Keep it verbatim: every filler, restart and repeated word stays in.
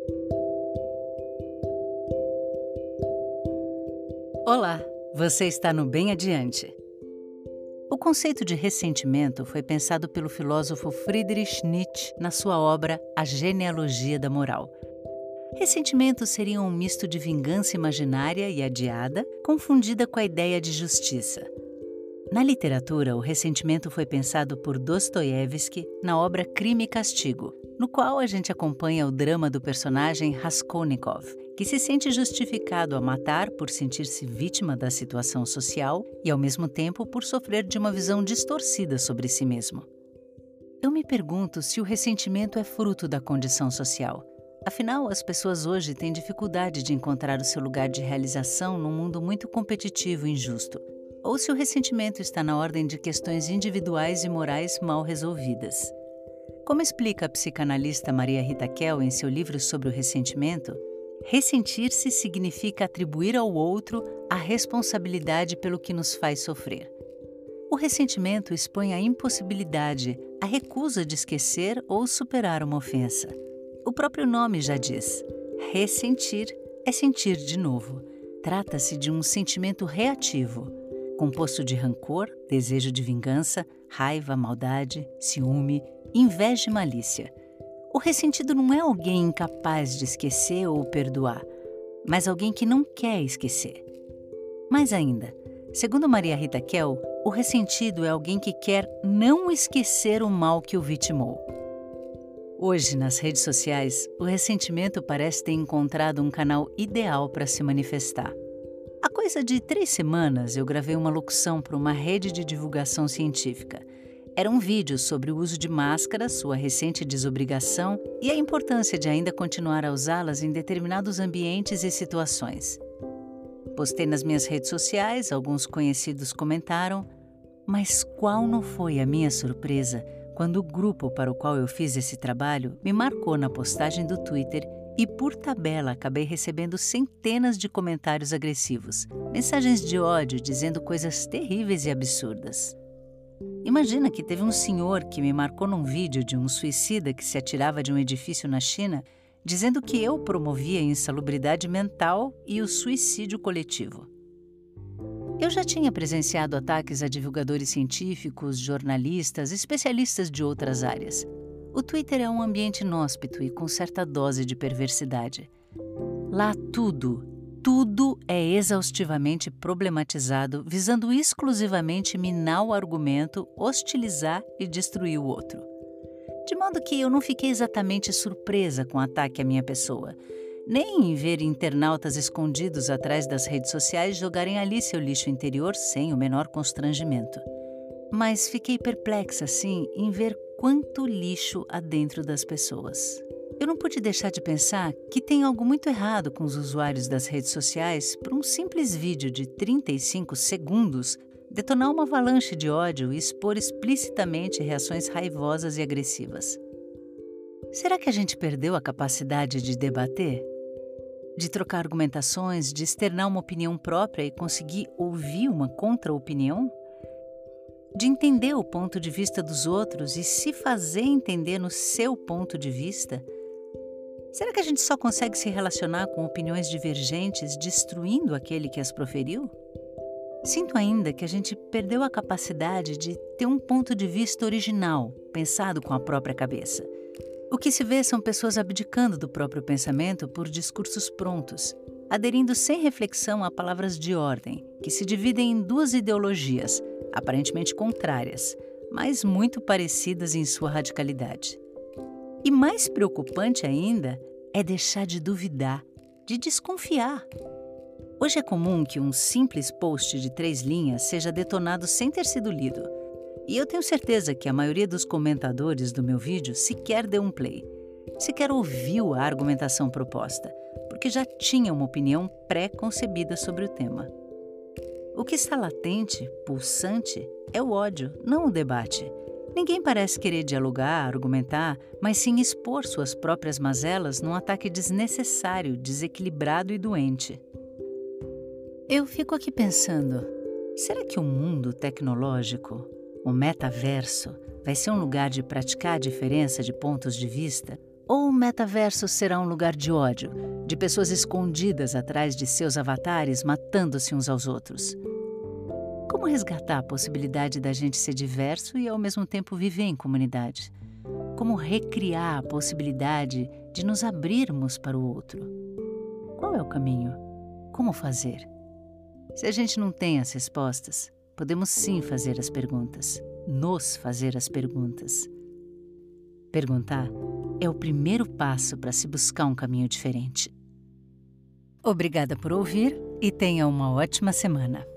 Olá, você está no Bem Adiante. O conceito de ressentimento foi pensado pelo filósofo Friedrich Nietzsche na sua obra A Genealogia da Moral. Ressentimento seria um misto de vingança imaginária e adiada, confundida com a ideia de justiça. Na literatura, o ressentimento foi pensado por Dostoiévski na obra Crime e Castigo, no qual a gente acompanha o drama do personagem Raskolnikov, que se sente justificado a matar por sentir-se vítima da situação social e, ao mesmo tempo, por sofrer de uma visão distorcida sobre si mesmo. Eu me pergunto se o ressentimento é fruto da condição social. Afinal, as pessoas hoje têm dificuldade de encontrar o seu lugar de realização num mundo muito competitivo e injusto. Ou se o ressentimento está na ordem de questões individuais e morais mal resolvidas. Como explica a psicanalista Maria Rita Kell em seu livro sobre o ressentimento, ressentir-se significa atribuir ao outro a responsabilidade pelo que nos faz sofrer. O ressentimento expõe a impossibilidade, a recusa de esquecer ou superar uma ofensa. O próprio nome já diz: ressentir é sentir de novo. Trata-se de um sentimento reativo, composto de rancor, desejo de vingança, raiva, maldade, ciúme, inveja e malícia. O ressentido não é alguém incapaz de esquecer ou perdoar, mas alguém que não quer esquecer. Mais ainda, segundo Maria Rita Kell, o ressentido é alguém que quer não esquecer o mal que o vitimou. Hoje, nas redes sociais, o ressentimento parece ter encontrado um canal ideal para se manifestar. Há coisa de três semanas, eu gravei uma locução para uma rede de divulgação científica. Era um vídeo sobre o uso de máscaras, sua recente desobrigação e a importância de ainda continuar a usá-las em determinados ambientes e situações. Postei nas minhas redes sociais, alguns conhecidos comentaram, mas qual não foi a minha surpresa quando o grupo para o qual eu fiz esse trabalho me marcou na postagem do Twitter e, por tabela, acabei recebendo centenas de comentários agressivos, mensagens de ódio dizendo coisas terríveis e absurdas. Imagina que teve um senhor que me marcou num vídeo de um suicida que se atirava de um edifício na China, dizendo que eu promovia a insalubridade mental e o suicídio coletivo. Eu já tinha presenciado ataques a divulgadores científicos, jornalistas, especialistas de outras áreas. O Twitter é um ambiente inóspito e com certa dose de perversidade. Lá tudo, tudo é exaustivamente problematizado, visando exclusivamente minar o argumento, hostilizar e destruir o outro. De modo que eu não fiquei exatamente surpresa com o ataque à minha pessoa, nem em ver internautas escondidos atrás das redes sociais jogarem ali seu lixo interior sem o menor constrangimento. Mas fiquei perplexa, sim, em ver quanto lixo há dentro das pessoas. Eu não pude deixar de pensar que tem algo muito errado com os usuários das redes sociais por um simples vídeo de trinta e cinco segundos detonar uma avalanche de ódio e expor explicitamente reações raivosas e agressivas. Será que a gente perdeu a capacidade de debater? De trocar argumentações, de externar uma opinião própria e conseguir ouvir uma contra-opinião? De entender o ponto de vista dos outros e se fazer entender no seu ponto de vista? Será que a gente só consegue se relacionar com opiniões divergentes destruindo aquele que as proferiu? Sinto ainda que a gente perdeu a capacidade de ter um ponto de vista original, pensado com a própria cabeça. O que se vê são pessoas abdicando do próprio pensamento por discursos prontos, aderindo sem reflexão a palavras de ordem, que se dividem em duas ideologias, aparentemente contrárias, mas muito parecidas em sua radicalidade. E mais preocupante ainda é deixar de duvidar, de desconfiar. Hoje é comum que um simples post de três linhas seja detonado sem ter sido lido. E eu tenho certeza que a maioria dos comentadores do meu vídeo sequer deu um play, sequer ouviu a argumentação proposta, porque já tinha uma opinião pré-concebida sobre o tema. O que está latente, pulsante, é o ódio, não o debate. Ninguém parece querer dialogar, argumentar, mas sim expor suas próprias mazelas num ataque desnecessário, desequilibrado e doente. Eu fico aqui pensando, será que o mundo tecnológico, o metaverso, vai ser um lugar de praticar a diferença de pontos de vista? Ou o metaverso será um lugar de ódio, de pessoas escondidas atrás de seus avatares matando-se uns aos outros? Como resgatar a possibilidade da gente ser diverso e ao mesmo tempo viver em comunidade? Como recriar a possibilidade de nos abrirmos para o outro? Qual é o caminho? Como fazer? Se a gente não tem as respostas, podemos sim fazer as perguntas, nos fazer as perguntas. Perguntar é o primeiro passo para se buscar um caminho diferente. Obrigada por ouvir e tenha uma ótima semana.